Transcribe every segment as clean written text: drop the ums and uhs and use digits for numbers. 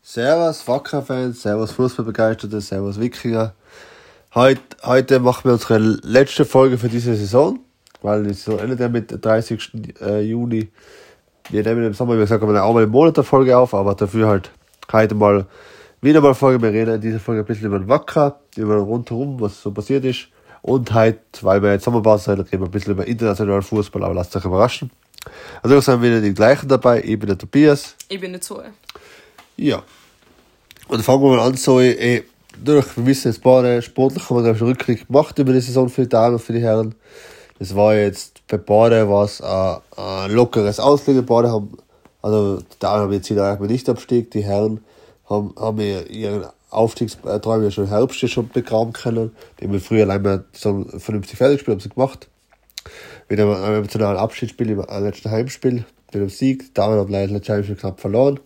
Servus Wacker-Fans, servus Fußballbegeisterte, servus Wikinger. Heute machen wir unsere letzte Folge für diese Saison, weil die Saison endet ja mit 30. Juni. Wir nehmen im Sommer, wie gesagt, auch mal im Monat eine Folge auf, aber dafür halt heute mal wieder mal Folge. Wir reden in dieser Folge ein bisschen über den Wacker, über rundherum, was so passiert ist. Und heute, weil wir jetzt Sommerpause sind, reden wir ein bisschen über internationalen Fußball, aber lasst euch überraschen. Also sind wieder die gleichen dabei. Ich bin der Tobias. Ich bin der Zoe. Ja. Und fangen wir mal an, so, wir wissen jetzt beide, sportlich haben wir glaube ich einen Rückblick gemacht über die Saison für die Damen und für die Herren. Das war jetzt bei beide was ein lockeres Auslegen. Beide haben, also die Damen haben jetzt hier nicht Abstieg, die Herren haben ihren Aufstiegsträume ja schon im Herbst schon begraben können. Die haben früher allein mal so vernünftig fertig gespielt, haben sie gemacht. Wieder ein emotionalen Abschiedsspiel im letzten Heimspiel mit dem Sieg. Die Damen haben leider das letzte Heimspiel knapp verloren.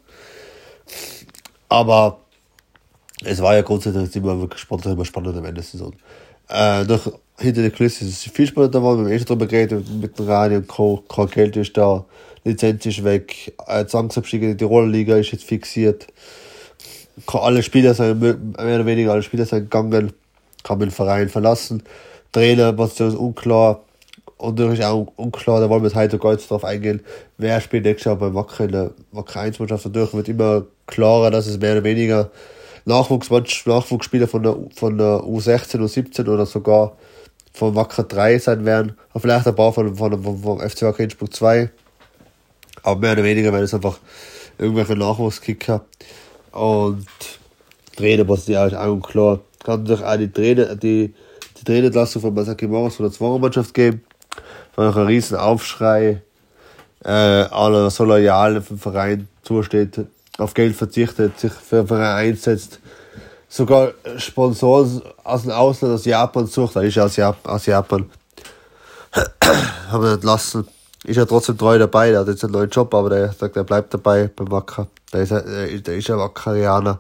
Aber es war ja grundsätzlich immer wirklich sportlich immer spannend am Ende der Saison. Hinter der Kulisse ist es viel spannender geworden. Wir haben schon drüber geredet mit dem Radio und Co. Kein Geld ist da, Lizenz ist weg, Zwangsabstieg in die Tiroler Liga ist jetzt fixiert. Alle Spieler sind, mehr oder weniger alle Spieler sind gegangen, haben den Verein verlassen. Trainerposition ist unklar. Und natürlich auch unklar, da wollen wir heute gar nicht drauf eingehen, wer spielt nächstes Jahr beim Wacker in der Wacker 1-Mannschaft. Dadurch wird immer klarer, dass es mehr oder weniger Nachwuchsspieler von der U16, U17 oder sogar vom Wacker 3 sein werden. Und vielleicht ein paar vom FC Wacker Innsbruck 2. Aber mehr oder weniger werden es einfach irgendwelche Nachwuchskicker. Und Trainer, was die auch unklar. Kann natürlich auch die Trainerentlassung von Masaki Morris von der Zwangsmannschaft geben. War noch ein riesen Aufschrei. Alle so loyal vom Verein zusteht, auf Geld verzichtet, sich für den Verein einsetzt. Sogar Sponsoren aus dem Ausland, aus Japan sucht. Er ist ja aus Japan. Haben wir entlassen. Ist ja trotzdem treu dabei. Der hat jetzt einen neuen Job, aber der sagt, er bleibt dabei beim Wacker. Der ist ja Wackerianer.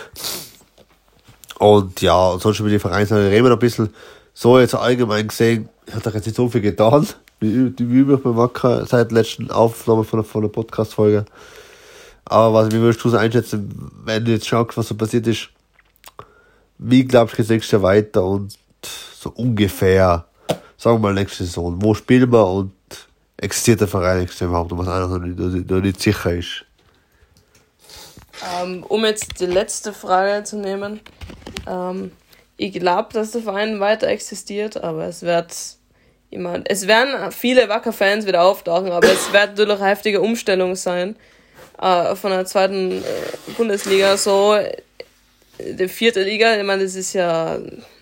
Und ja, ansonsten mit den Vereinen reden wir noch ein bisschen. So jetzt allgemein gesehen, hat er jetzt nicht so viel getan, wie üblich beim Wacker seit der letzten Aufnahme von der Podcast-Folge. Aber wie würdest du es einschätzen, wenn du jetzt schaust, was so passiert ist? Wie glaubst du, nächstes Jahr weiter und so ungefähr, sagen wir mal nächste Saison, wo spielen wir und existiert der Verein nächstes Jahr überhaupt, was einer noch nicht sicher ist? Um jetzt die letzte Frage zu nehmen, ich glaube, dass der Verein weiter existiert, aber es werden viele Wacker-Fans wieder auftauchen, aber es wird natürlich eine heftige Umstellung sein von der zweiten Bundesliga, so die vierte Liga. Ich meine, das ist ja,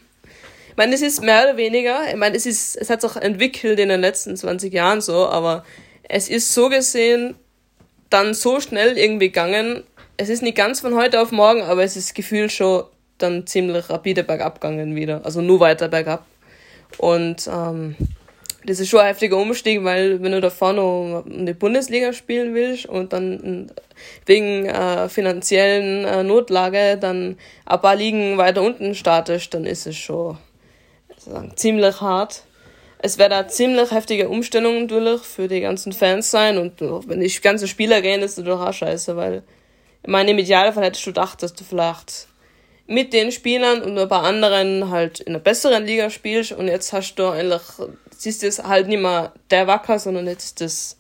das ist mehr oder weniger, es hat sich auch entwickelt in den letzten 20 Jahren so, aber es ist so gesehen dann so schnell irgendwie gegangen. Es ist nicht ganz von heute auf morgen, aber es ist gefühlt schon dann ziemlich rapide bergab gegangen wieder, also nur weiter bergab. Und das ist schon ein heftiger Umstieg, weil wenn du da vorne um die Bundesliga spielen willst und dann wegen finanziellen Notlage dann ein paar Ligen weiter unten startest, dann ist es schon ziemlich hart. Es wird eine ziemlich heftige Umstellung natürlich für die ganzen Fans sein und wenn die ganzen Spieler gehen, ist das doch auch scheiße, weil ich meine, im Idealfall hättest du gedacht, dass du vielleicht mit den Spielern und ein paar anderen halt in einer besseren Liga spielst und jetzt hast du eigentlich, siehst du es halt nicht mehr der Wacker, sondern jetzt ist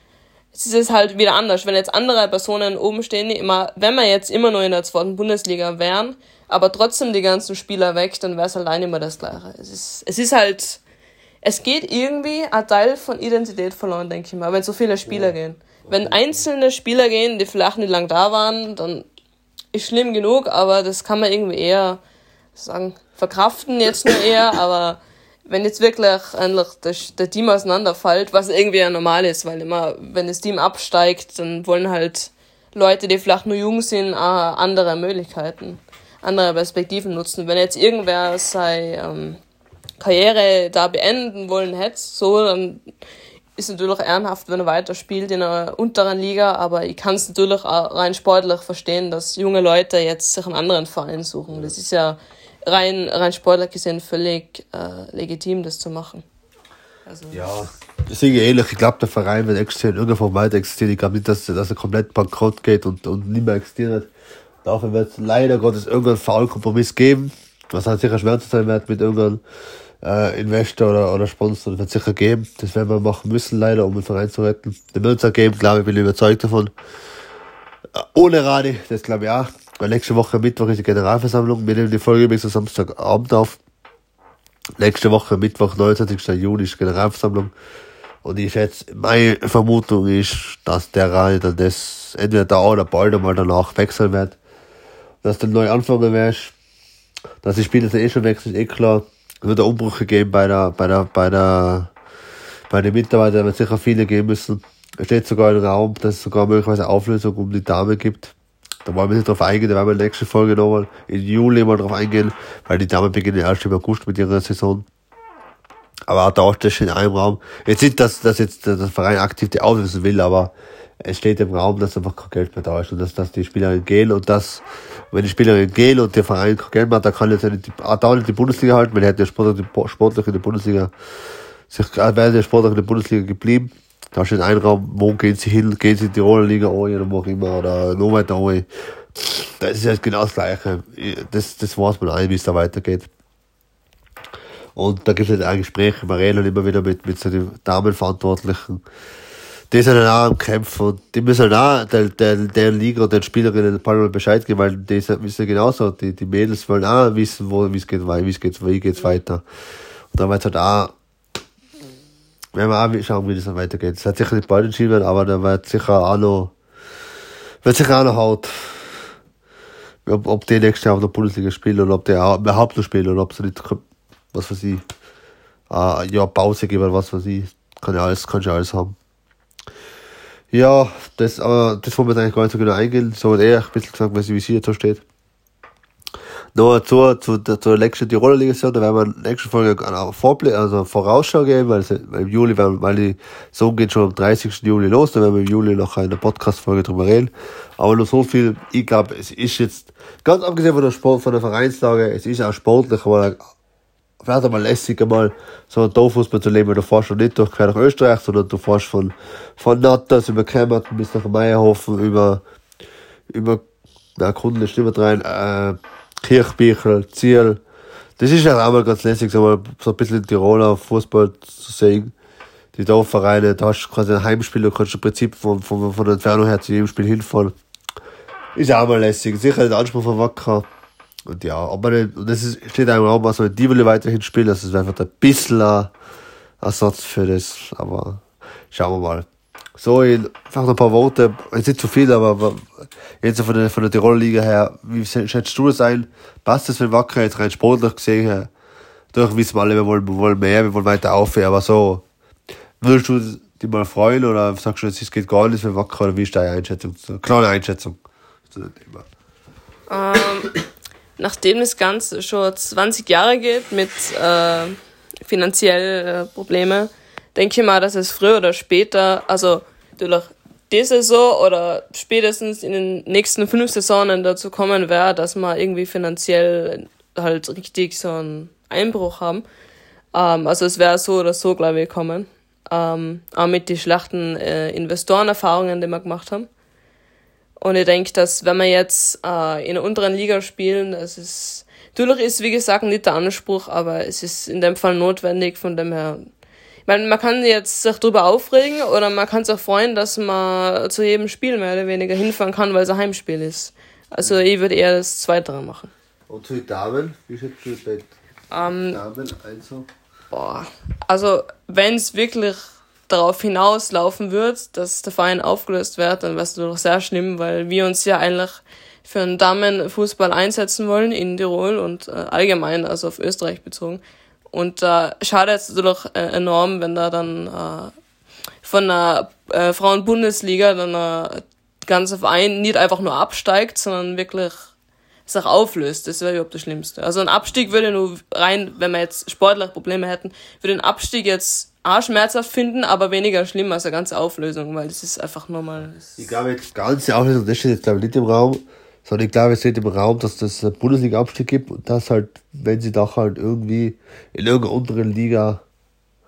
es halt wieder anders. Wenn jetzt andere Personen oben stehen, wenn wir jetzt immer nur in der zweiten Bundesliga wären, aber trotzdem die ganzen Spieler weg, dann wäre es allein immer das Gleiche. Es ist halt, es geht irgendwie ein Teil von Identität verloren, denke ich mal, wenn so viele Spieler gehen. Wenn einzelne Spieler gehen, die vielleicht nicht lang da waren, dann ist schlimm genug, aber das kann man irgendwie eher verkraften jetzt nur eher, aber wenn jetzt wirklich eigentlich das Team auseinanderfällt, was irgendwie ja normal ist, weil immer, wenn das Team absteigt, dann wollen halt Leute, die vielleicht nur jung sind, auch andere Möglichkeiten, andere Perspektiven nutzen. Wenn jetzt irgendwer seine Karriere da beenden wollen hätte, so, dann ist natürlich ehrenhaft, wenn er weiterspielt in einer unteren Liga, aber ich kann es natürlich auch rein sportlich verstehen, dass junge Leute jetzt sich einen anderen Verein suchen. Das ist ja rein sportlich gesehen völlig legitim, das zu machen. Also. Ja, ich sehe ähnlich. Ich glaube, der Verein wird existieren, in irgendeiner Form weiter existieren. Ich glaube nicht, dass er komplett bankrott geht und nicht mehr existiert. Dafür wird es leider Gottes irgendeinen Foul-Kompromiss geben, was halt sicher schwer zu sein wird mit irgendeinem Investor oder Sponsor. Das wird sicher geben. Das werden wir machen müssen, leider, um den Verein zu retten. Den wird es auch geben, glaube ich, bin überzeugt davon. Ohne Radi, das glaube ich auch. Weil nächste Woche Mittwoch ist die Generalversammlung. Wir nehmen die Folge übrigens am Samstagabend auf. Nächste Woche Mittwoch, 29. Juni, ist Generalversammlung. Und ich schätze, meine Vermutung ist, dass der Radi dann das entweder da oder bald einmal danach wechseln wird. Dass der neu anfangen wird. Dass die Spieler dann schon wechseln, ist eh klar. Es wird Umbrüche geben bei den Mitarbeitern, wird sicher viele geben müssen. Es steht sogar im Raum, dass es sogar möglicherweise Auflösung um die Dame gibt. Da wollen wir nicht drauf eingehen, da werden wir in der nächsten Folge nochmal im Juli mal drauf eingehen, weil die Damen beginnen erst im August mit ihrer Saison. Aber auch da steht schon in einem Raum. Jetzt nicht, dass jetzt der Verein aktiv die auflösen will, aber es steht im Raum, dass einfach kein Geld mehr da ist und dass die Spielerinnen gehen und dass, wenn die Spielerinnen gehen und der Verein kein Geld mehr hat, dann kann jetzt nicht die Bundesliga halten, weil er hat ja sportlich in der Bundesliga wäre der sportlich in der Bundesliga geblieben. Da steht ein Raum, wo gehen sie hin, gehen sie in die Tiroler Liga an oder wo auch immer, oder noch weiter an. Das ist ja genau das Gleiche. Das weiß man ein, wie es da weitergeht. Und da gibt es halt auch Gespräche, wir reden immer wieder mit so den Damenverantwortlichen. Die sind dann auch am Kämpfen und die müssen halt auch der Liga und den Spielerinnen ein paar Mal Bescheid geben, weil die wissen genauso, die Mädels wollen auch wissen, wie geht's weiter. Und dann wird halt auch, werden wir auch schauen, wie das dann weitergeht. Es hat sicher nicht bald entschieden werden, aber da wird sicher auch noch Haut. Ob die nächstes Jahr auf der Bundesliga spielen oder ob die auch überhaupt noch spielen oder ob sie nicht, was weiß ich, ja, Pause geben oder was weiß ich. Kann ja alles haben. Ja, das wollen wir eigentlich gar nicht so genau eingehen. So wird eher ein bisschen gesagt, wie sie jetzt so steht. Noch zur nächsten Tiroler Liga-Saison, da werden wir in der nächsten Folge eine Vorausschau geben, weil im Juli, weil die Saison geht schon am 30. Juli los, da werden wir im Juli noch eine Podcast-Folge drüber reden. Aber nur so viel, ich glaube, es ist jetzt, ganz abgesehen von der Vereinslage, es ist auch sportlich, aber vielleicht einmal lässig, einmal so einen Dorffußball zu leben, weil du fährst schon nicht quer nach Österreich, sondern du fährst von Natters über Kemmerton bis nach Meierhofen, über Kunden, stimmt rein, Kirchbichel, Ziel. Das ist ja auch mal ganz lässig, so ein bisschen Tiroler Fußball zu sehen. Die Dorfvereine, da hast du quasi ein Heimspiel, du kannst im Prinzip von der Entfernung her zu jedem Spiel hinfahren. Ist ja auch mal lässig. Sicher der Anspruch von Wacker. Und ja, aber steht auch im Raum, also die will weiterhin spielen, das ist einfach ein bisschen ein Ersatz für das, aber schauen wir mal. So, einfach noch ein paar Worte, jetzt nicht zu viel, aber jetzt von der Tiroler Liga her, wie schätzt du das ein? Passt das für den Wacker jetzt rein sportlich gesehen her? Durch wissen wir alle, wir wollen mehr, wir wollen weiter aufhören, aber so, würdest du dich mal freuen oder sagst du jetzt, es geht gar nicht für den Wacker oder wie ist deine Einschätzung? Kleine Einschätzung zu dem Thema. Nachdem das Ganze schon 20 Jahre geht mit finanziellen Problemen, denke ich mal, dass es früher oder später, also durch die Saison oder spätestens in den nächsten 5 Saisonen dazu kommen wird, dass wir irgendwie finanziell halt richtig so einen Einbruch haben. Also es wäre so oder so, glaube ich, kommen. Auch mit den schlechten Investorenerfahrungen, die wir gemacht haben. Und ich denke, dass wenn wir jetzt in einer unteren Liga spielen, natürlich ist, wie gesagt, nicht der Anspruch, aber es ist in dem Fall notwendig, von dem her. Ich meine, man kann jetzt sich darüber aufregen oder man kann sich auch freuen, dass man zu jedem Spiel mehr oder weniger hinfahren kann, weil es ein Heimspiel ist. Also ich würde eher das Zweitere machen. Und zu den Damen? Wie sieht es bei Damen also? Also wenn es wirklich darauf hinauslaufen wird, dass der Verein aufgelöst wird, dann wäre es natürlich sehr schlimm, weil wir uns ja eigentlich für einen Damenfußball einsetzen wollen in Tirol und allgemein, also auf Österreich bezogen. Und da schadet es natürlich enorm, wenn da dann von der Frauenbundesliga dann der ganze Verein nicht einfach nur absteigt, sondern wirklich sich auflöst. Das wäre überhaupt das Schlimmste. Also ein Abstieg würde nur rein, wenn wir jetzt sportlich Probleme hätten, würde ein Abstieg jetzt auch schmerzhaft finden, aber weniger schlimm als eine ganze Auflösung, weil das ist einfach normal. Ich glaube, jetzt ganze Auflösung, das steht jetzt glaube ich nicht im Raum, sondern ich glaube, es steht im Raum, dass das einen Bundesliga-Abstieg gibt und dass halt, wenn sie doch halt irgendwie in irgendeiner unteren Liga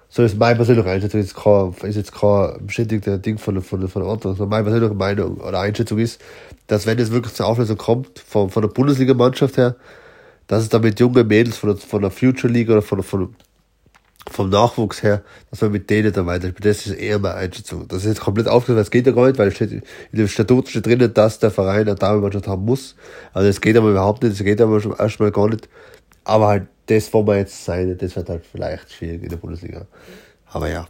So ist meine persönliche Einschätzung, ist jetzt kein bestätigter Ding von der anderen, sondern meine persönliche Meinung oder Einschätzung ist, dass wenn es wirklich zur Auflösung kommt, von der Bundesliga-Mannschaft her, dass es da mit jungen Mädels von der Future League oder vom Nachwuchs her, dass man mit denen dann weiterspielt. Das ist eher meine Einschätzung. Das ist jetzt komplett aufgelöst, weil es geht ja gar nicht, weil es steht, in dem Statut steht drinnen, dass der Verein eine Damenmannschaft haben muss. Also es geht aber überhaupt nicht, es geht aber schon erstmal gar nicht. Aber halt, das, wo wir jetzt sein, das wird halt vielleicht schwierig in der Bundesliga. Aber ja.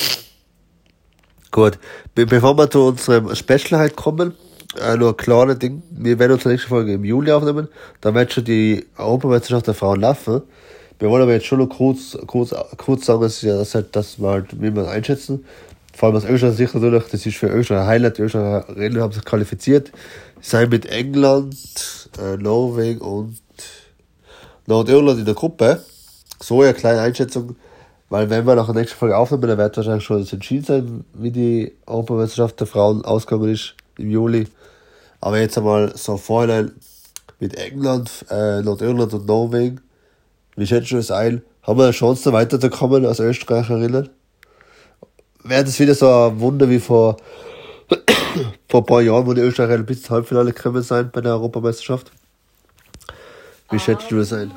Gut. Bevor wir zu unserem Special halt kommen, nur ein kleines Ding. Wir werden unsere nächste Folge im Juli aufnehmen. Da wird schon die Europameisterschaft der Frauen laufen. Wir wollen aber jetzt schon noch kurz sagen, dass wir halt, wie wir einschätzen. Vor allem aus Österreich Sicht natürlich, das ist für Österreich ein Highlight. Die Österreicherinnen haben sich qualifiziert. Sie sind mit England, Norwegen und Nordirland in der Gruppe. So eine kleine Einschätzung, weil wenn wir nach der nächsten Folge aufnehmen, dann wird wahrscheinlich schon entschieden sein, wie die Europameisterschaft der Frauen ausgegangen ist im Juli. Aber jetzt einmal so vorhinein mit England, Nordirland und Norwegen. Wie schätzt du das ein? Haben wir eine Chance, da weiterzukommen als Österreicherinnen? Wäre das wieder so ein Wunder wie vor ein paar Jahren, wo die Österreicher bis ins Halbfinale gekommen sind bei der Europameisterschaft? Wie schätzt du das ein?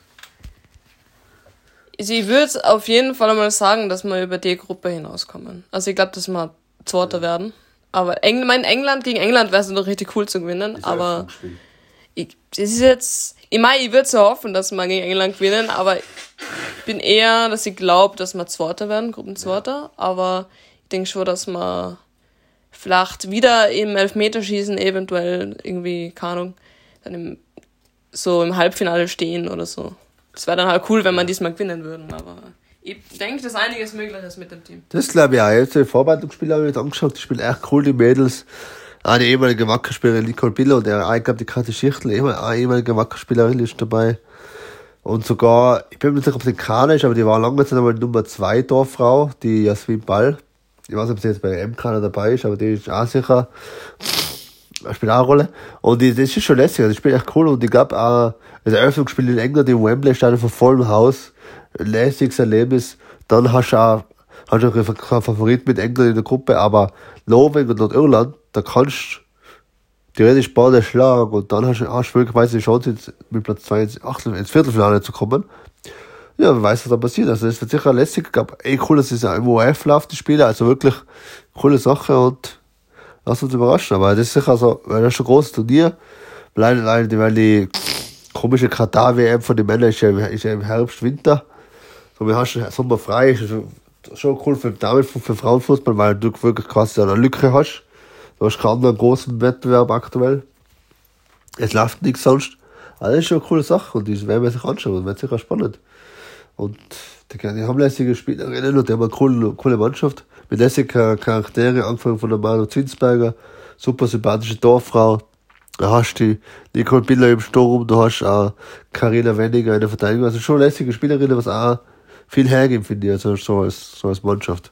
Also ich würde auf jeden Fall einmal sagen, dass wir über die Gruppe hinauskommen. Also ich glaube, dass wir Zweiter werden. Aber England gegen England wäre es noch richtig cool zu gewinnen. Aber ich würde so hoffen, dass wir gegen England gewinnen, aber ich bin eher, dass ich glaube, dass wir Zweiter werden, Gruppenzweiter. Aber ich denke schon, dass wir vielleicht wieder im Elfmeterschießen eventuell irgendwie, keine Ahnung, dann im Halbfinale stehen oder so. Das wäre dann halt cool, wenn wir diesmal gewinnen würden, aber ich denke, dass einiges möglich ist mit dem Team. Das glaube ich auch. Jetzt die Vorbereitungsspiele habe ich mir angeschaut, die spielen echt cool, die Mädels. Auch die ehemalige Wackerspielerin Nicole Biller und ich glaube, die Kathi Schichtel, eine ehemalige Wackerspielerin ist dabei. Und sogar, ich bin mir nicht sicher, ob sie Kana ist, aber die war lange Zeit einmal Nummer 2 Torfrau, die Jasmin Ball. Ich weiß nicht, ob sie jetzt bei der M-Kana dabei ist, aber die ist auch sicher, spielt auch eine Rolle. Und das ist schon lässig, das spielt echt cool. Und ich glaube auch, das Eröffnungsspiel in England im Wembley-Stadion von vollem Haus, ein lässiges Erlebnis. Dann hast du einen Favorit mit England in der Gruppe, aber Norwegen und Nordirland, da kannst du theoretisch beide schlagen und dann hast du möglicherweise die Chance, jetzt mit Platz 2 ins Viertelfinale zu kommen. Ja, wer weiß, was da passiert. Also, das wird sicher lässig. Ich glaube, cool, dass es ja im ORF läuft, die Spiele. Also wirklich coole Sache und lass uns überraschen. Aber das ist sicher so, weil das ist schon ein großes Turnier. Weil die komische Katar-WM von den Männern ist ja im Herbst, Winter. So, wir haben schon Sommer frei. Ist schon cool für Frauenfußball, weil du wirklich quasi eine Lücke hast. Du hast keinen anderen großen Wettbewerb aktuell. Es läuft nichts sonst. Aber das ist schon eine coole Sache und das werden wir sich anschauen und wird sicher spannend. Und die haben lässige Spielerinnen und die haben eine coole Mannschaft. Mit lässigen Charaktere, angefangen von der Manu Zinsberger, super sympathische Dorffrau. Da hast du die Nicole Biller im Sturm, du hast auch Carina Wenninger in der Verteidigung. Also schon lässige Spielerinnen, was auch viel hergeben, finde ich, also so als Mannschaft.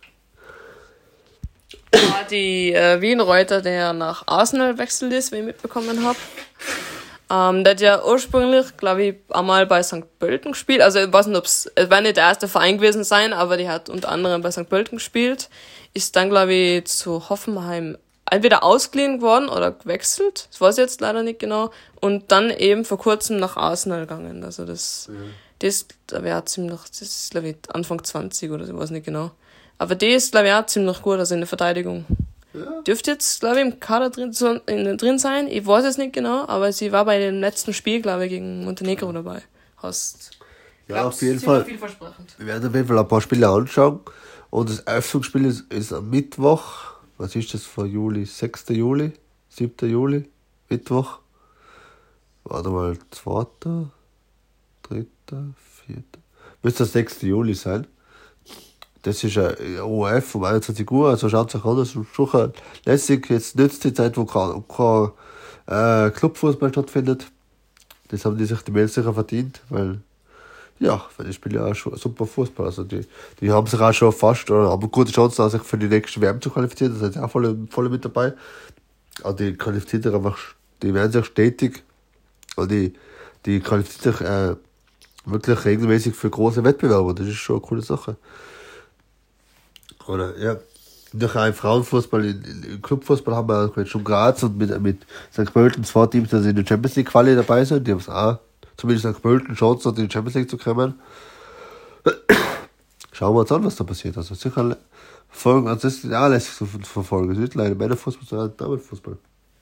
Ja, die Wien Reuter, der nach Arsenal wechselt ist, wie ich mitbekommen habe. Der hat ja ursprünglich, glaube ich, einmal bei St. Pölten gespielt. Also ich weiß nicht, es wird nicht der erste Verein gewesen sein, aber die hat unter anderem bei St. Pölten gespielt. Ist dann, glaube ich, zu Hoffenheim entweder ausgeliehen worden oder gewechselt. Das weiß ich jetzt leider nicht genau. Und dann eben vor kurzem nach Arsenal gegangen. Also das ist, glaube ich, Anfang 20 oder so, weiß nicht genau. Aber die ist, glaube ich, auch ziemlich gut, also in der Verteidigung. Ja. Dürfte jetzt, glaube ich, im Kader drin sein. Ich weiß es nicht genau, aber sie war bei dem letzten Spiel, glaube ich, gegen Montenegro dabei. Auf jeden Fall. Wir werden auf jeden Fall ein paar Spiele anschauen. Und das Eröffnungsspiel ist am Mittwoch. Was ist das für Juli? 6. Juli? 7. Juli? Mittwoch? Warte mal, 2., 3., 4. Müsste das 6. Juli sein. Das ist ein ORF um 21 Uhr, also schaut euch an, das ist schon lässig. Jetzt nützt die Zeit, wo kein Clubfußball stattfindet. Das haben sich die Mädels sicher verdient, weil die spielen ja auch schon super Fußball. Also die haben sich auch schon fast, oder haben gute Chancen, sich für die nächste WM zu qualifizieren. Das sind auch voll mit dabei. Also die qualifizieren sich einfach, die werden sich stetig, und die qualifizieren sich wirklich regelmäßig für große Wettbewerbe. Das ist schon eine coole Sache. Oder, ja. Durch einen Frauenfußball, im Clubfußball haben wir schon Graz und mit St. Pölten 2 Teams, die in der Champions League Quali dabei sind. Die haben es auch, zumindest St. Pölten, Chance, in die Champions League zu kommen. Schauen wir uns an, was da passiert. Also sicher verfolgen, also das ist auch lässig zu verfolgen. Es ist nicht leider Männerfußball, sondern Damenfußball.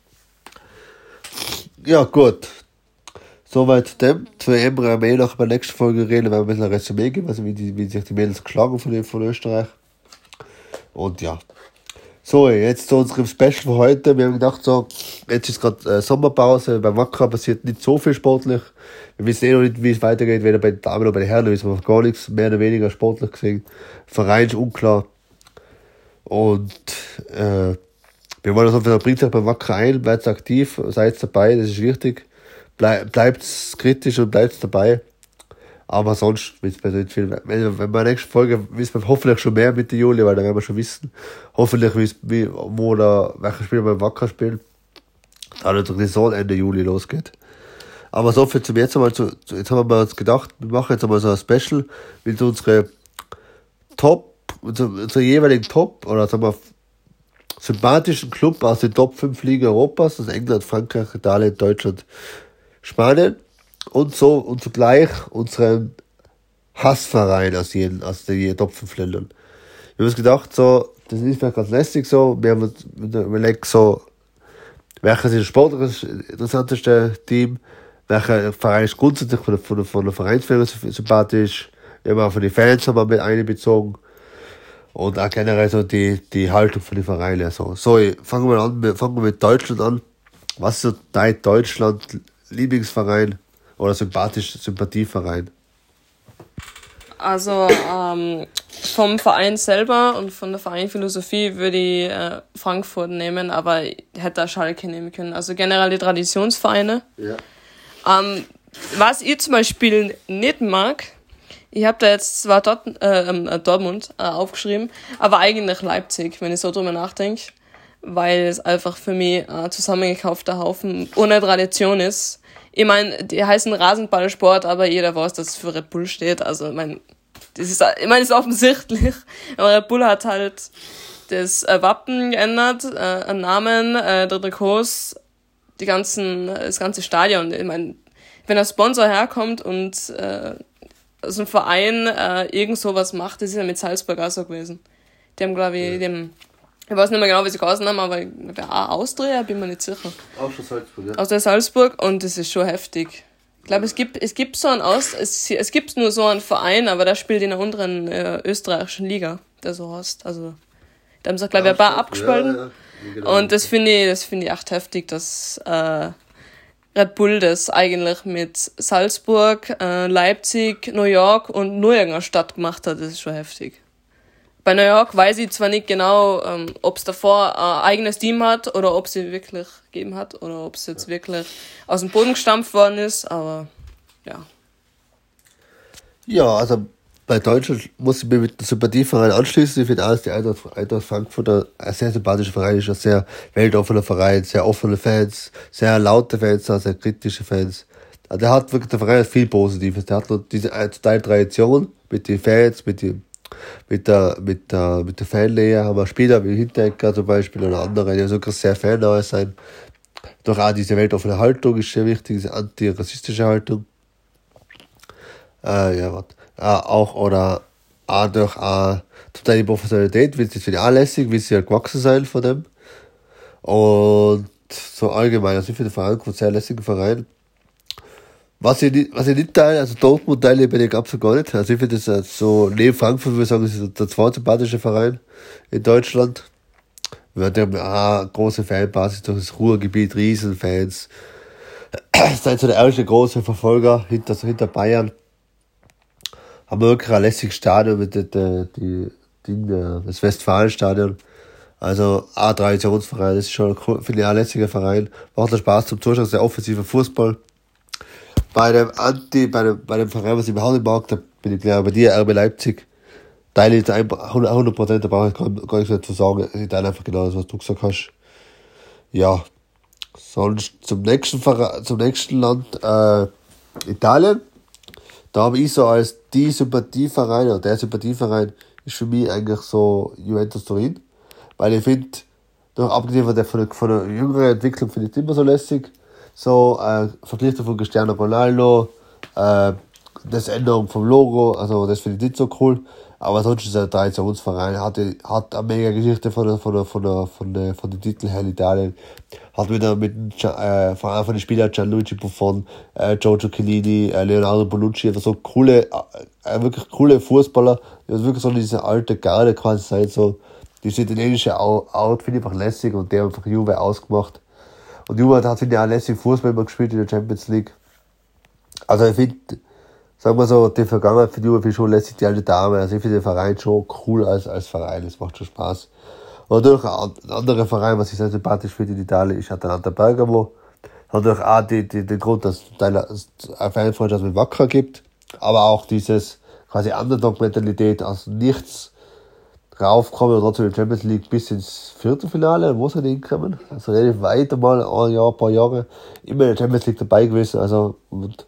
Ja, gut. Soweit zu dem. Zu EM werden wir noch bei der nächsten Folge reden, weil wir ein bisschen ein Resümee geben, also wie sich die Mädels geschlagen von Österreich. Und ja. So, jetzt zu unserem Special für heute. Wir haben gedacht, so, jetzt ist gerade Sommerpause, beim Wacker passiert nicht so viel sportlich. Wir wissen noch nicht, wie es weitergeht, weder bei den Damen noch bei den Herren, da wissen wir gar nichts, mehr oder weniger sportlich gesehen. Verein ist unklar. Und wir wollen uns auf jeden Fall, bringt euch beim Wacker ein, bleibt aktiv, seid dabei, das ist wichtig. Bleibt kritisch und bleibt dabei. Aber sonst wissen wir nicht viel. Wenn wir in der nächsten Folge wissen wir hoffentlich schon mehr mit der Juli, weil da werden wir schon wissen. Hoffentlich wo oder welche Spieler beim Wacker spielen. Da natürlich die Saison Ende Juli losgeht. Aber so viel zum jetzt einmal. Jetzt haben wir uns gedacht, wir machen jetzt einmal so ein Special mit unsere jeweiligen Top oder sagen wir sympathischen Club aus den Top 5 Ligen Europas, also England, Frankreich, Italien, Deutschland, Spanien. Und zugleich unseren Hassverein aus den Top 5 Ländern. Wir haben uns gedacht, so, das ist vielleicht ganz lästig so. Wir haben uns überlegt, so, welches ist das sportlich interessanteste Team, welcher Verein ist grundsätzlich von der Vereinsführung sympathisch. Wir haben auch von den Fans haben wir mit einbezogen. Und auch generell so die Haltung von den Vereinen. So, fangen wir mit Deutschland an. Was ist so dein Deutschland-Lieblingsverein? Oder Sympathieverein? Also vom Verein selber und von der Vereinphilosophie würde ich Frankfurt nehmen, aber ich hätte auch Schalke nehmen können. Also generell die Traditionsvereine. Ja. Was ich zum Beispiel nicht mag, ich habe da jetzt zwar Dortmund aufgeschrieben, aber eigentlich Leipzig, wenn ich so drüber nachdenke, weil es einfach für mich ein zusammengekaufter Haufen ohne Tradition ist. Ich meine, die heißen Rasenballsport, aber jeder weiß, dass es für Red Bull steht. Also, das ist offensichtlich. Aber Red Bull hat halt das Wappen geändert, einen Namen, der Trikots, das ganze Stadion. Ich meine, wenn ein Sponsor herkommt und so ein Verein irgend sowas macht, das ist ja mit Salzburg auch so gewesen. Die haben, glaube ich, ich weiß nicht mehr genau, wie sie geheißen haben, aber Austria, bin mir nicht sicher. Auch schon Salzburg, ja. Aus der Salzburg, und das ist schon heftig. Ich glaube, es gibt so es gibt nur so einen Verein, aber der spielt in einer unteren österreichischen Liga, der so heißt. Also, da haben sie, glaube ich, ein paar abgespalten. Ja, genau. Und das finde ich echt heftig, dass Red Bull das eigentlich mit Salzburg, Leipzig, New York und nur irgendeiner Stadt gemacht hat. Das ist schon heftig. Bei New York weiß ich zwar nicht genau, ob es davor ein eigenes Team hat oder ob es sie wirklich gegeben hat oder ob es jetzt wirklich aus dem Boden gestampft worden ist, aber ja. Ja, also bei Deutschland muss ich mir mit dem Sympathieverein anschließen. Ich finde auch, dass die Eintracht Frankfurt ein sehr sympathischer Verein ist, ein sehr weltoffener Verein, sehr offene Fans, sehr laute Fans, sehr kritische Fans. Also der Verein hat viel Positives. Der hat noch diese total Tradition mit den Fans, mit der Fanlehre, haben wir Spieler wie Hinteregger zum Beispiel oder andere, die sogar sehr fannahe sein. Doch auch diese weltoffene Haltung ist sehr wichtig, diese antirassistische Haltung. Auch durch total die Professionalität, das finde ich auch lässig, wie sie halt gewachsen sein von dem. Und so allgemein, also ich finde den Verein ein sehr lässiger Verein. Was ich nicht teile, also Dortmund teile ich bei den absolut gar nicht. Also ich finde das so, neben Frankfurt würde ich sagen, das ist der zweite sympathische Verein in Deutschland. Wir haben eine große Fanbasis durch das Ruhrgebiet, Riesenfans. Seid so der erste große Verfolger hinter Bayern. Haben wir wirklich ein lässiges Stadion mit das Westfalenstadion. Also ein Traditionsverein, das ist schon finde ich ein lässiger Verein. Macht Spaß zum Zuschauen, sehr offensiver Fußball. Bei dem Verein, was ich überhaupt nicht mag, da bin ich gleich bei dir, RB Leipzig, teile ich 100%, da brauche ich gar nichts mehr zu sagen. Ich teile einfach genau das, was du gesagt hast. Ja, sonst zum nächsten Land, Italien. Da habe ich so als der Sympathieverein ist für mich eigentlich so Juventus Turin. Weil ich finde, abgesehen von der jüngeren Entwicklung, finde ich es immer so lässig. So, Verpflichtung von Cristiano Ronaldo, das Änderung vom Logo, also das finde ich nicht so cool. Aber sonst ist er ein Traditionsverein, hat eine mega Geschichte von den Titeln her in Italien. Hat wieder vor allem von den Spielern Gianluigi Buffon, Giorgio Chiellini, Leonardo Bonucci, also so wirklich coole Fußballer, die wirklich so diese alte Garde quasi sein, so. Die italienische Out finde ich einfach lässig und der hat einfach Juve ausgemacht. Und Juve hat, finde ich, auch lässig Fußball immer gespielt in der Champions League. Also ich finde, sagen wir so, die Vergangenheit für Juve finde ich schon lässig, die alte Dame. Also ich finde den Verein schon cool als Verein, es macht schon Spaß. Und natürlich ein anderer Verein, was ich sehr sympathisch finde in Italien, ist Atalanta Bergamo. Hat natürlich auch den Grund, dass es eine Fanfreundschaft mit Wacker gibt, aber auch dieses quasi Underdog-Mentalität aus nichts raufkommen und trotzdem in der Champions League bis ins Viertelfinale, wo sie hinkommen. Also relativ weit einmal, ein paar Jahre, immer in der Champions League dabei gewesen. Also, und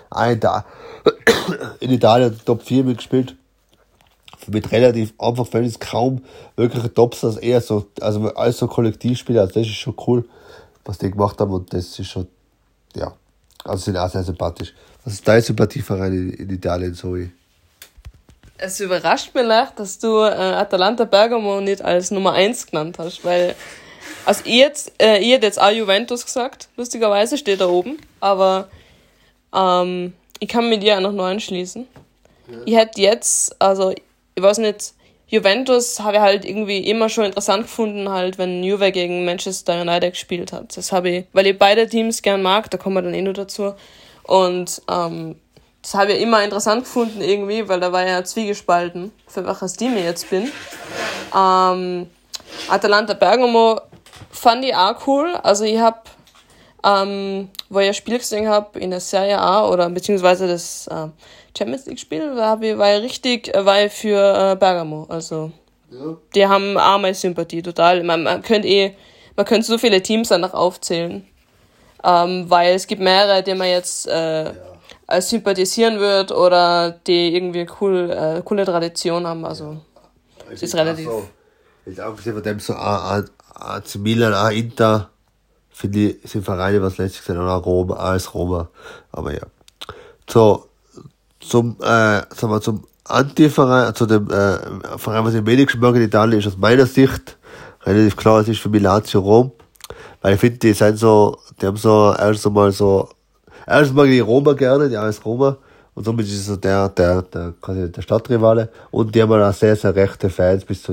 in Italien Top 4 mitgespielt. Mit relativ einfach Fans, kaum wirkliche Tops, also eher so, also alles so Kollektivspieler, also das ist schon cool, was die gemacht haben und das ist schon, ja, also sind auch sehr sympathisch. Was ist dein Sympathieverein in Italien, Zoe? Es überrascht mich leicht, dass du Atalanta Bergamo nicht als Nummer 1 genannt hast, weil ich hätte jetzt auch Juventus gesagt, lustigerweise steht da oben, aber ich kann mit dir auch noch neu anschließen. Ja. Ich hätte jetzt, also ich weiß nicht, Juventus habe ich halt irgendwie immer schon interessant gefunden, halt, wenn Juve gegen Manchester United gespielt hat. Das habe ich, weil ich beide Teams gern mag, da kommen wir dann eh noch dazu. Und das habe ich immer interessant gefunden irgendwie, weil da war ja zwiegespalten, für welches Team ich jetzt bin. Atalanta Bergamo fand ich auch cool. Also ich habe, wo ich ein Spiel gesehen habe in der Serie A oder beziehungsweise das Champions League Spiel, war ich für Bergamo. Also ja. Die haben auch meine Sympathie total. Man könnte so viele Teams danach aufzählen, weil es gibt mehrere, die man jetzt als sympathisieren wird oder die irgendwie coole Tradition haben. Also es ist relativ. Jetzt auch gesehen von dem so AC Milan, auch Inter, finde ich, sind Vereine, was letztlich sind, oder Rom, AS Roma. Aber ja. So, zum Anti-Verein, zu dem Verein, was ich am wenigsten mag in Italien, ist aus meiner Sicht relativ klar, es ist für mich Lazio Rom. Weil ich finde, die haben so erstmal die Roma gerne, die AS Roma. Und somit ist es so quasi der Stadtrivale. Und die haben auch sehr, sehr rechte Fans, bis zu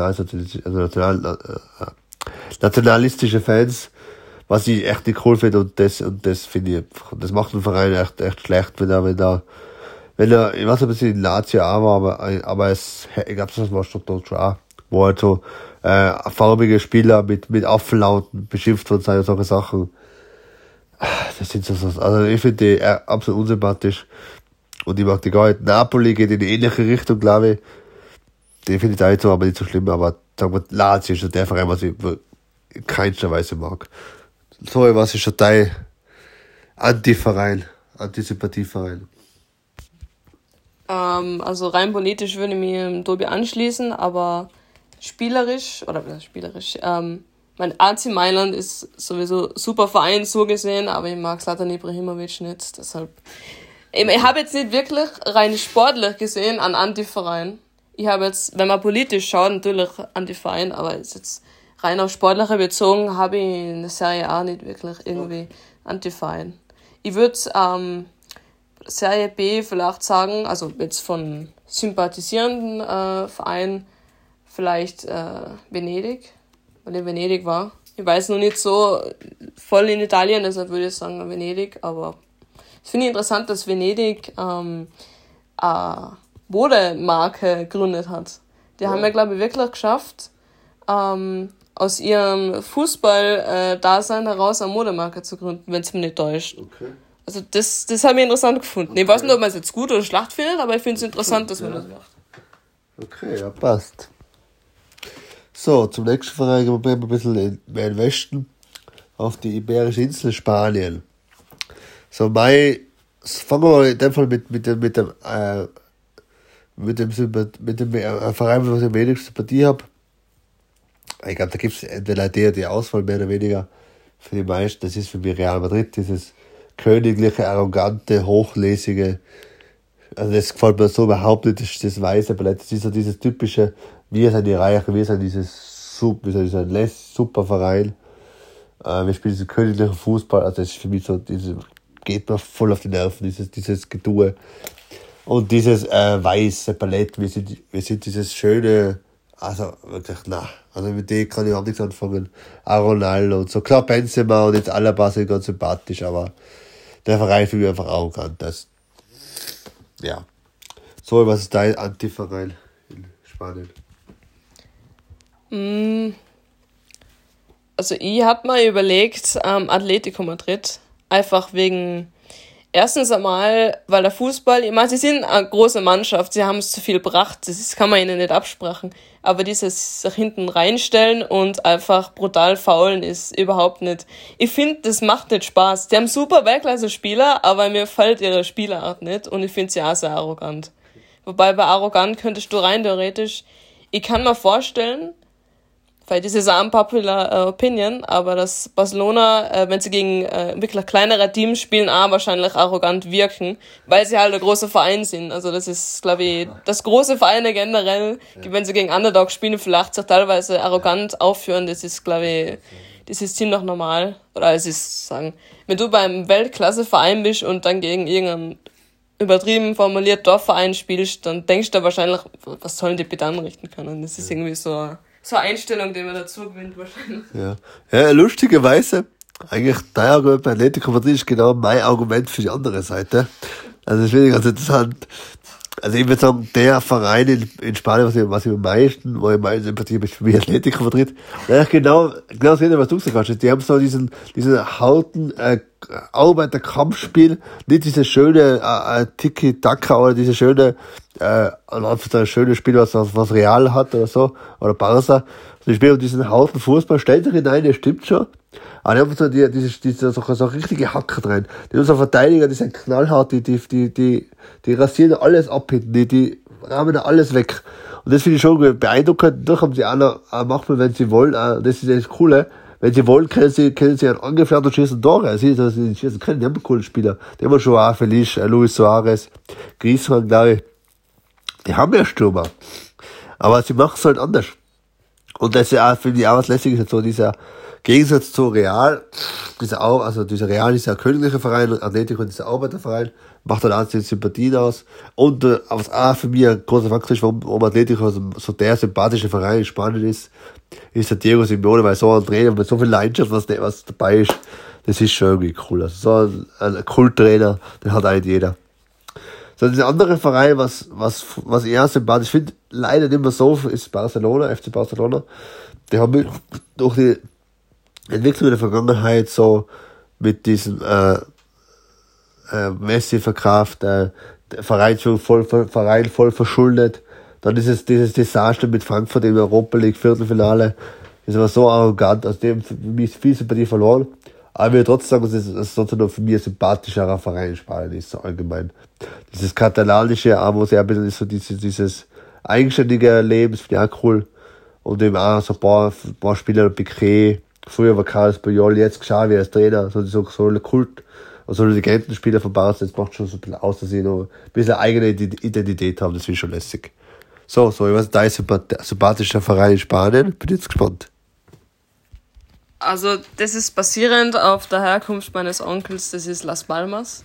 nationalistische Fans, was ich echt nicht cool finde. Und das finde ich, das macht den Verein echt schlecht, wenn er, ich weiß nicht, ob es in Lazio auch war, aber ich glaube, das war schon dort schon auch, wo halt so, farbige Spieler mit Affenlauten beschimpft und solche Sachen. Das sind so, also ich finde die absolut unsympathisch. Und ich mag die gar nicht. Napoli geht in die ähnliche Richtung, glaube ich. Die finde ich auch nicht so, aber nicht so schlimm. Aber sagen wir, Lazio ist schon der Verein, was ich in keinster Weise mag. So, was ist schon dein Antisympathieverein? Also rein politisch würde ich mich Tobi anschließen, aber spielerisch, mein AC Mailand ist sowieso super Verein so gesehen, aber ich mag Zlatan Ibrahimovic nicht, deshalb. Ich habe jetzt nicht wirklich rein sportlich gesehen einen Antiverein. Ich habe jetzt, wenn man politisch schaut, natürlich Antiverein, aber jetzt rein auf sportliche bezogen, habe ich in der Serie A nicht wirklich irgendwie Antiverein. Ich würde Serie B vielleicht sagen, also jetzt von sympathisierenden Vereinen, vielleicht Venedig, weil ich Venedig war. Ich weiß noch nicht so voll in Italien, deshalb würde ich sagen Venedig, aber ich finde interessant, dass Venedig eine Modemarke gegründet hat. Die haben ja, glaube ich, wirklich geschafft, aus ihrem Fußball-Dasein heraus eine Modemarke zu gründen, wenn es mich nicht täuscht. Okay. Also das habe ich interessant gefunden. Okay. Ich weiß nicht, ob man es jetzt gut oder schlecht findet, aber ich finde es interessant, dass man das macht. Okay, ja, passt. So, zum nächsten Verein gehen wir ein bisschen mehr in den Westen, auf die Iberische Insel Spanien. So, fangen wir in dem Fall mit dem mit dem Verein, was ich am wenigsten Sympathie habe. Ich glaube, da gibt es entweder die Auswahl mehr oder weniger für die meisten. Das ist für mich Real Madrid, dieses königliche, arrogante, hochlesige. Also das gefällt mir so überhaupt nicht, das weiße Ballett. Das ist so dieses typische, wir sind die Reichen, wir sind ein super Verein. Wir spielen diesen königlichen Fußball. Also das ist für mich so, geht mir voll auf die Nerven, dieses Getue. Und dieses weiße Ballett, wir sind dieses schöne, also wirklich, also mit dem kann ich auch nichts anfangen. Ronaldo und so. Klar, Benzema und jetzt Alaba sind ganz sympathisch, aber der Verein für mich einfach arrogant. Ja. So, was ist dein Anti-Verein in Spanien? Also ich habe mal überlegt, Atletico Madrid, einfach wegen, erstens einmal, weil der Fußball, ich meine, sie sind eine große Mannschaft, sie haben es zu viel gebracht, das kann man ihnen nicht absprechen, aber dieses sich hinten reinstellen und einfach brutal faulen ist überhaupt nicht, ich finde, das macht nicht Spaß. Die haben super Weltklasse-Spieler, aber mir gefällt ihre Spielerart nicht und ich finde sie auch sehr arrogant. Wobei bei arrogant könntest du rein theoretisch, ich kann mir vorstellen, weil das ist auch ein popular Opinion, aber dass Barcelona, wenn sie gegen wirklich kleinere Teams spielen, auch wahrscheinlich arrogant wirken, weil sie halt ein großer Verein sind. Also das ist, glaube ich, das große Vereine generell, wenn sie gegen Underdogs spielen, vielleicht sich teilweise arrogant aufführen, das ist, glaube ich, das ist ziemlich normal. Oder es ist, sagen, wenn du beim Weltklasse-Verein bist und dann gegen irgendeinen übertrieben formuliert Dorfverein spielst, dann denkst du wahrscheinlich, was sollen die bitte anrichten können? Das ist irgendwie so eine Einstellung, die man dazu gewinnt wahrscheinlich. Ja, lustigerweise, eigentlich dein Argument bei Atletico Madrid ist genau mein Argument für die andere Seite. Also das finde ich ganz interessant. Also ich würde sagen, der Verein in Spanien, was ich am meisten Sympathie habe, ist für mich Atletico Madrid. Ja, genau das, was du gesagt hast. Die haben so diesen harten Arbeiter-Kampfspiel, nicht dieses schöne Tiki-Taka oder diese schöne schöne Spiel, was Real hat oder so, oder Barca. Die spielen diesen harten Fußball, stellt sich hinein, das stimmt schon. Aber die haben so so richtige Hacker drin. Die haben so Verteidiger, die sind knallhart, die rasieren alles ab hinten, die rahmen alles weg. Und das finde ich schon beeindruckend. Durch haben sie auch noch, manchmal, wenn sie wollen, das ist das Coole, wenn sie wollen, können sie einen angefährt und schießen Tore. Sie schießen können, die haben einen coolen Spieler. Die haben schon auch Felice, Luis Suarez, Griezmann, glaube ich. Die haben ja Stürmer. Aber sie machen es halt anders. Und das ist ja, finde ich auch was Lässiges, so dieser Gegensatz zu Real, dieser Real ist ja ein königlicher Verein und Atletico ist ein Arbeiterverein, macht halt auch Sympathien aus. Und was auch für mich ein großer Faktor ist, warum Atletico so der sympathische Verein in Spanien ist der Diego Simeone, weil so ein Trainer mit so viel Leidenschaft, was dabei ist, das ist schon irgendwie cool. Also so ein Kulttrainer, den hat eigentlich jeder. So, dieser andere Verein, was ich auch sympathisch finde, leider nicht mehr so, ist Barcelona, FC Barcelona. Die haben durch die Entwicklung in der Vergangenheit so mit diesem Messi verkauft, der Verein voll verschuldet. Dann dieses Desaster mit Frankfurt im Europa League Viertelfinale. Das war so arrogant, aus dem für mich viel Sympathie verloren. Aber ich will trotzdem sagen, dass es sozusagen für mich ein sympathischerer Verein in Spanien ist, so allgemein. Dieses katalanische, wo es ja ein bisschen ist, so dieses eigenständige Leben, das finde ich auch cool. Und eben auch so ein paar Spieler, Piqué, früher war Carlos Puyol, jetzt Xavi als Trainer, so Kult, also Legendenspieler von Barca, das macht schon so ein bisschen aus, dass sie noch ein bisschen eigene Identität haben, das finde ich schon lässig. So, was ist dein sympathischer Verein in Spanien? Bin jetzt gespannt. Also, das ist basierend auf der Herkunft meines Onkels, das ist Las Palmas.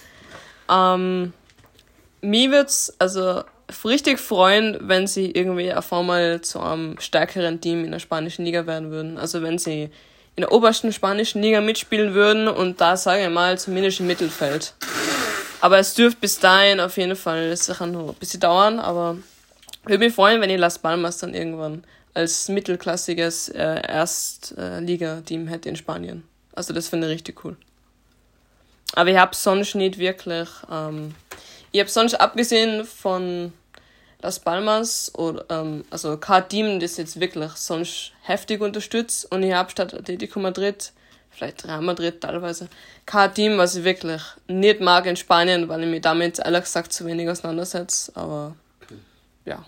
Mich würd's also richtig freuen, wenn sie irgendwie auf einmal zu einem stärkeren Team in der spanischen Liga werden würden. Also wenn sie in der obersten spanischen Liga mitspielen würden und da, sage ich mal, zumindest im Mittelfeld. Aber es dürfte bis dahin auf jeden Fall sicher noch ein bisschen dauern, aber ich würde mich freuen, wenn die Las Palmas dann irgendwann als mittelklassiges Erstliga-Team hätte in Spanien. Also das finde ich richtig cool. Aber ich habe sonst nicht wirklich, ich habe sonst abgesehen von Las Palmas oder also kein Team, das jetzt wirklich sonst heftig unterstützt, und ich habe statt Atletico Madrid, vielleicht Real Madrid teilweise, kein Team, was ich wirklich nicht mag in Spanien, weil ich mich damit ehrlich gesagt zu wenig auseinandersetze, aber ja.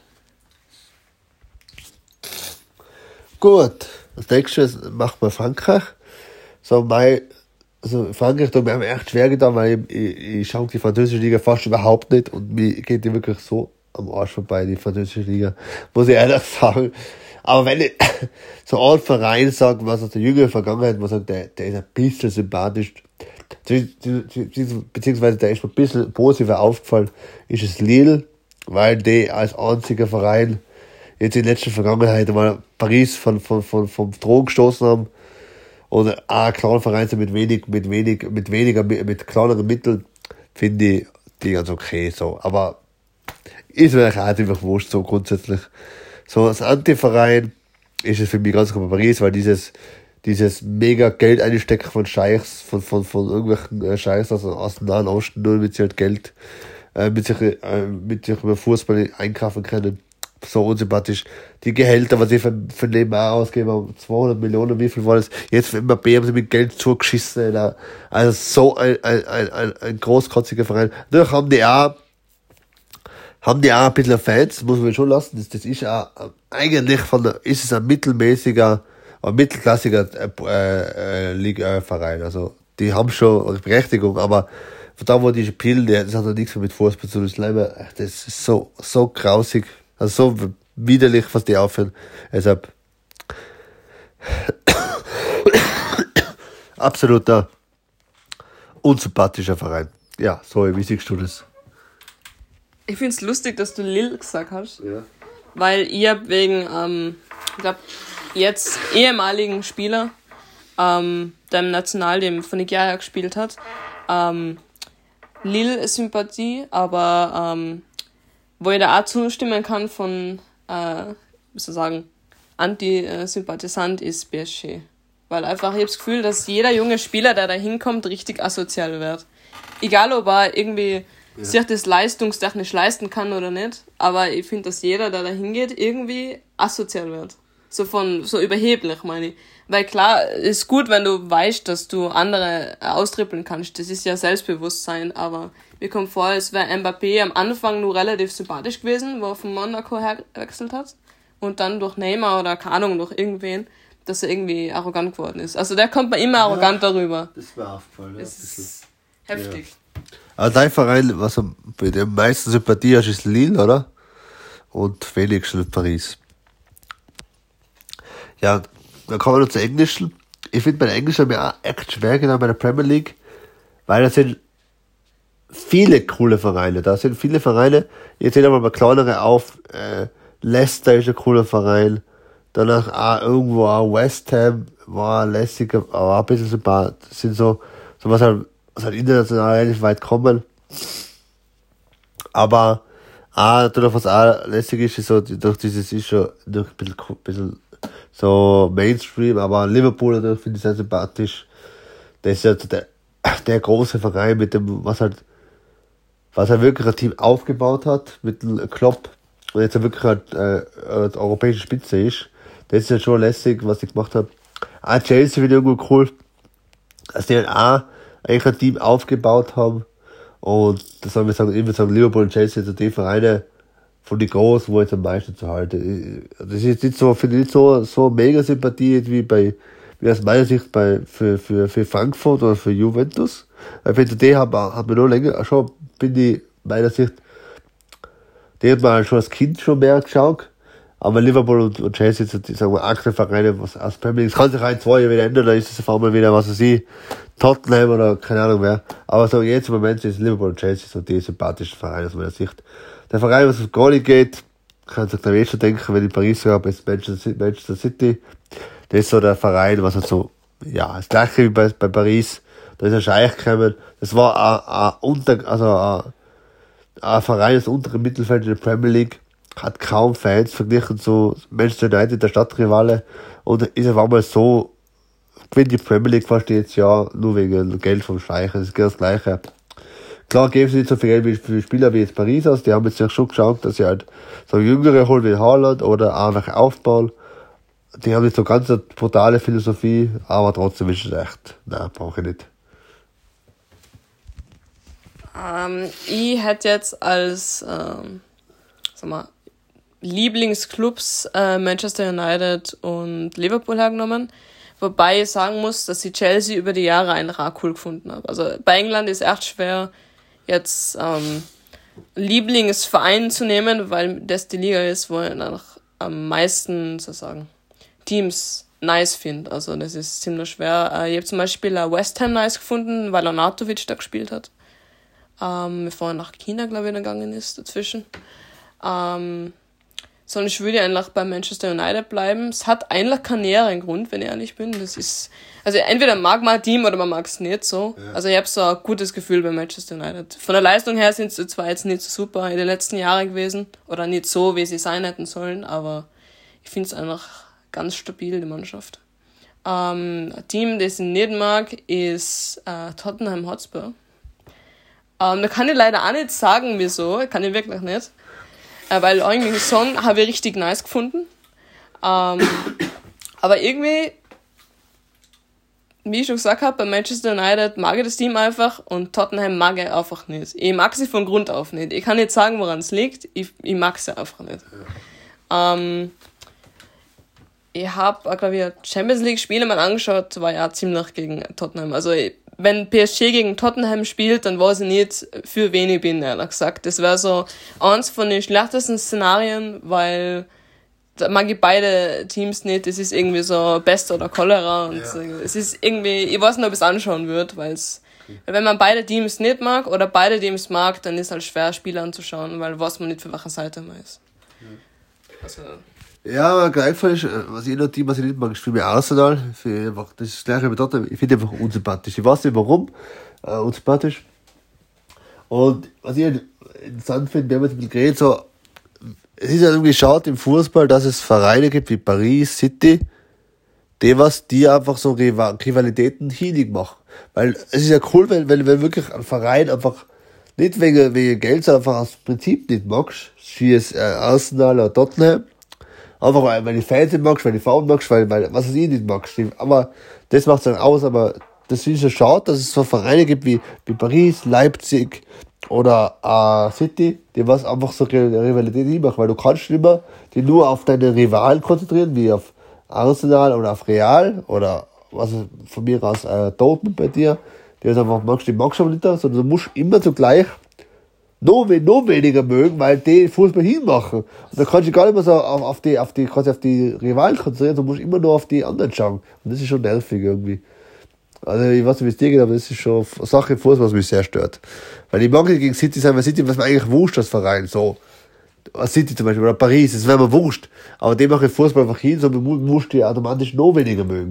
Gut, das nächste macht man Frankreich. Also Frankreich tut mir am echt schwer getan, weil ich schaue die französische Liga fast überhaupt nicht und mir geht die wirklich so am Arsch vorbei, die französische Liga, muss ich ehrlich sagen. Aber wenn ich so einen Verein sage, was aus der jüngeren Vergangenheit, man sagt, der ist ein bisschen sympathisch, beziehungsweise der ist mir ein bisschen positiver aufgefallen, ist es Lille, weil die als einziger Verein jetzt in der letzten Vergangenheit mal Paris vom Thron gestoßen haben und ein kleiner Verein mit kleineren Mitteln, finde ich die ganz okay, so. Aber ist mir auch einfach wurscht, so grundsätzlich. So, als Anti-Verein ist es für mich ganz klar Paris, weil dieses mega Geld einstecken von Scheichs, von irgendwelchen Scheichs aus dem Nahen Osten, nur mit sie halt Geld, mit sich über Fußball einkaufen können. So unsympathisch. Die Gehälter, was sie für Leben auch ausgeben, 200 Millionen, wie viel war das? Jetzt für Mbappé haben sie mit Geld zugeschissen. Also so ein großkotziger Verein. Natürlich haben die auch ein bisschen Fans, muss man schon lassen. Das ist auch, eigentlich ist es ein mittelklassiger Verein. Also, die haben schon eine Berechtigung, aber von da, wo die spielen, das hat noch nichts mehr mit Fußball zu tun. Das ist so grausig. Also so widerlich, was die aufhören. Deshalb absoluter unsympathischer Verein. Ja, so, wie siehst du das? Ich find's lustig, dass du Lille gesagt hast. Ja. Weil ihr wegen, ich glaube, jetzt ehemaligen Spieler, dem National, dem von Nigeria gespielt hat, Lille-Sympathie, aber wo ich da auch zustimmen kann von, wie soll ich sagen, Anti-Sympathisant ist PSG. Weil einfach, ich habe das Gefühl, dass jeder junge Spieler, der da hinkommt, richtig asozial wird. Egal, ob er irgendwie sich das leistungstechnisch leisten kann oder nicht, aber ich finde, dass jeder, der da hingeht, irgendwie asozial wird. So überheblich, meine ich. Weil klar, ist gut, wenn du weißt, dass du andere austrippeln kannst. Das ist ja Selbstbewusstsein, aber mir kommt vor, es wäre Mbappé am Anfang nur relativ sympathisch gewesen, wo er von Monaco hergewechselt hat. Und dann durch Neymar oder keine Ahnung, durch irgendwen, dass er irgendwie arrogant geworden ist. Also der kommt mir immer arrogant darüber. Das war aufgefallen, ja. Das ist heftig. Ja. Aber dein Verein, was bei der meisten Sympathie hast, ist Lille, oder? Und wenigstens Paris. Ja, dann kommen wir noch zur Englischen. Ich finde bei den Englischen mir auch echt schwer genommen bei der Premier League, weil da sind viele coole Vereine. Da sind viele Vereine, jetzt sehen wir mal kleinere auf, Leicester ist ein cooler Verein, danach auch irgendwo auch West Ham war lässig, aber auch ein bisschen sympathisch. Das sind so was halt international relativ weit kommen. Aber natürlich was auch lässig ist so, durch dieses ist schon durch ein bisschen so Mainstream, aber Liverpool natürlich finde ich sehr sympathisch. Das ist ja der große Verein mit dem, was halt wirklich ein Team aufgebaut hat, mit dem Klopp, und jetzt wirklich halt die europäische Spitze ist. Das ist ja schon lässig, was die gemacht haben. Auch Chelsea finde ich irgendwo cool, dass die halt auch eigentlich ein Team aufgebaut haben. Und das soll ich sagen, Liverpool und Chelsea sind die Vereine von den Großen, wo ich am meisten zu halte. Das ist nicht so, finde ich, so mega Sympathie wie aus meiner Sicht für Frankfurt oder für Juventus. Weil die hat mir noch länger, schon, bin ich meiner Sicht, die hat man halt schon als Kind schon mehr geschaut. Aber Liverpool und Chelsea sind, sagen wir, aktive Vereine, was aus Premier League, das kann sich ein, 2 Jahre wieder ändern, dann ist es auf einmal wieder, was weiß ich, Tottenham oder keine Ahnung wer. Aber so jetzt im Moment ist Liverpool und Chelsea so die sympathischen Vereine aus meiner Sicht. Der Verein, was auf Goalie geht, kann sich da schon denken, wenn ich in Paris habe, ist Manchester City. Das ist so der Verein, was halt so, ja, das gleiche wie bei Paris. Da ist ein Scheich gekommen. Das war ein Verein aus unteren Mittelfeld in der Premier League. Hat kaum Fans verglichen zu Manchester United, der Stadtrivale. Und ist auf einmal so, gewinnt die Premier League fast jetzt Jahr, nur wegen Geld vom Scheich. Das ist genau das Gleiche. Klar geben sie nicht so viel Geld wie für Spieler wie jetzt Paris aus. Die haben jetzt ja schon geschaut, dass sie halt so Jüngere holen wie Haaland oder einfach aufbauen. Die haben nicht so ganz eine brutale Philosophie, aber trotzdem ist es echt, nein, brauche ich nicht. Ich hätte jetzt als, Lieblingsclubs Manchester United und Liverpool hergenommen. Wobei ich sagen muss, dass ich Chelsea über die Jahre einfach auch cool gefunden habe. Also bei England ist echt schwer, jetzt Lieblingsverein zu nehmen, weil das die Liga ist, wo ich dann am meisten sozusagen Teams nice finde. Also das ist ziemlich schwer. Ich habe zum Beispiel West Ham nice gefunden, weil Arnautovic da gespielt hat. Bevor er nach China, glaube ich, gegangen ist dazwischen. Sondern ich würde eigentlich bei Manchester United bleiben. Es hat eigentlich keinen näheren Grund, wenn ich ehrlich bin. Das ist, also entweder mag man ein Team oder man mag es nicht so. Ja. Also ich habe so ein gutes Gefühl bei Manchester United. Von der Leistung her sind sie zwar jetzt nicht so super in den letzten Jahren gewesen oder nicht so, wie sie sein hätten sollen, aber ich finde es einfach ganz stabil, die Mannschaft. Ein Team, das ich nicht mag, ist Tottenham Hotspur. Da kann ich leider auch nicht sagen, wieso. Kann ich wirklich nicht. Weil eigentlich Song habe ich richtig nice gefunden. Aber irgendwie, wie ich schon gesagt habe, bei Manchester United mag ich das Team einfach und Tottenham mag ich einfach nicht. Ich mag sie von Grund auf nicht. Ich kann nicht sagen, woran es liegt. Ich mag sie einfach nicht. Ich habe, glaube ich, Champions League Spiele mal angeschaut, war ja ziemlich gegen Tottenham. Also wenn PSG gegen Tottenham spielt, dann weiß ich nicht, für wen ich bin, ehrlich gesagt. Das wäre so eins von den schlechtesten Szenarien, weil da mag ich beide Teams nicht. Es ist irgendwie so Pest oder Cholera und es ist irgendwie, ich weiß nicht, ob ich es anschauen würde, weil wenn man beide Teams nicht mag oder beide Teams mag, dann ist es halt schwer, Spiele anzuschauen, weil weiß man nicht, für welche Seite man ist. Also, ja, aber greifvoll ist, was ich nicht mag, ist für mich Arsenal. Das ist gleich mit Tottenham. Ich finde einfach unsympathisch. Ich weiß nicht warum, unsympathisch. Und was ich halt interessant finde, wir haben jetzt ein bisschen geredet, so, es ist ja irgendwie schade im Fußball, dass es Vereine gibt wie Paris, City, die einfach so Rivalitäten hinig machen. Weil es ist ja cool, wenn wirklich ein Verein einfach nicht wegen Geld, sondern einfach aus Prinzip nicht magst, wie es Arsenal oder Tottenham. Einfach weil die Fans nicht magst, weil die Frauen magst, weil was ich nicht magst. Aber das macht's dann aus, aber das ist ja schade, dass es so Vereine gibt wie Paris, Leipzig oder City, die was einfach so eine Rivalität nicht machen, weil du kannst nicht mehr die nur auf deine Rivalen konzentrieren, wie auf Arsenal oder auf Real oder was von mir aus Dortmund bei dir, die einfach magst du aber nicht, sondern du musst immer zugleich noch weniger mögen, weil die Fußball hinmachen. Und da kannst du gar nicht mehr so auf die Rivalen konzentrieren, du musst immer nur auf die anderen schauen. Und das ist schon nervig irgendwie. Also ich weiß nicht, wie es dir geht, aber das ist schon eine Sache im Fußball, was mich sehr stört. Weil ich mag nicht gegen City sein, weil City, was mir eigentlich wurscht als Verein, so. City zum Beispiel, oder Paris, das wäre mir wurscht. Aber die machen Fußball einfach hin, so musst du die automatisch noch weniger mögen.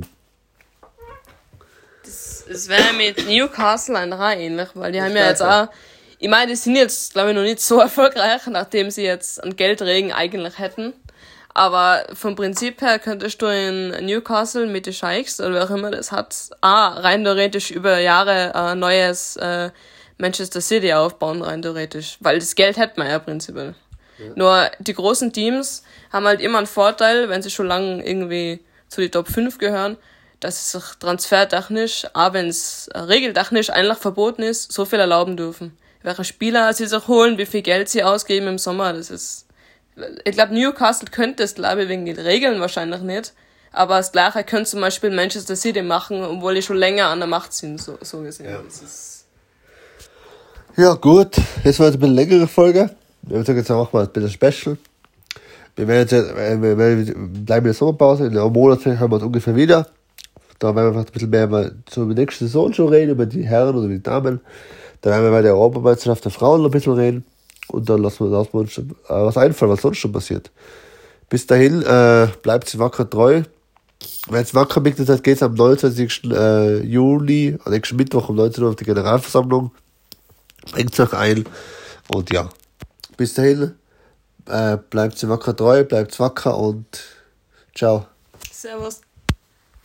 Das wäre mit Newcastle einfach ähnlich, weil die haben ja jetzt auch, ich meine, die sind jetzt, glaube ich, noch nicht so erfolgreich, nachdem sie jetzt einen Geldregen eigentlich hätten. Aber vom Prinzip her könntest du in Newcastle mit den Scheichs oder wer auch immer das hat, rein theoretisch über Jahre ein neues Manchester City aufbauen, rein theoretisch. Weil das Geld hätte man ja prinzipiell. Ja. Nur die großen Teams haben halt immer einen Vorteil, wenn sie schon lange irgendwie zu den Top 5 gehören, dass sie sich transfertechnisch, auch wenn es regeltechnisch eigentlich verboten ist, so viel erlauben dürfen. Welche Spieler sie sich holen, wie viel Geld sie ausgeben im Sommer, das ist, ich glaube, Newcastle könnte es, glaube ich, wegen den Regeln wahrscheinlich nicht, aber das Gleiche könnte zum Beispiel Manchester City machen, obwohl die schon länger an der Macht sind, so gesehen. Ja. Das ist ja gut, jetzt war jetzt ein bisschen längere Folge. Wir haben jetzt machen wir ein bisschen Special. Wir bleiben in der Sommerpause, in einem Monat hören wir uns ungefähr wieder. Da werden wir ein bisschen mehr über zur nächsten Saison schon reden, über die Herren oder die Damen. Da werden wir bei der Europameisterschaft der Frauen noch ein bisschen reden. Und dann lassen wir uns was einfallen, was sonst schon passiert. Bis dahin, bleibt wacker treu. Wenn es wacker mitgeht, geht es am 29. Juli, am nächsten Mittwoch um 19 Uhr auf die Generalversammlung. Bringt euch ein. Und ja, bis dahin, bleibt wacker treu, bleibt wacker und ciao. Servus.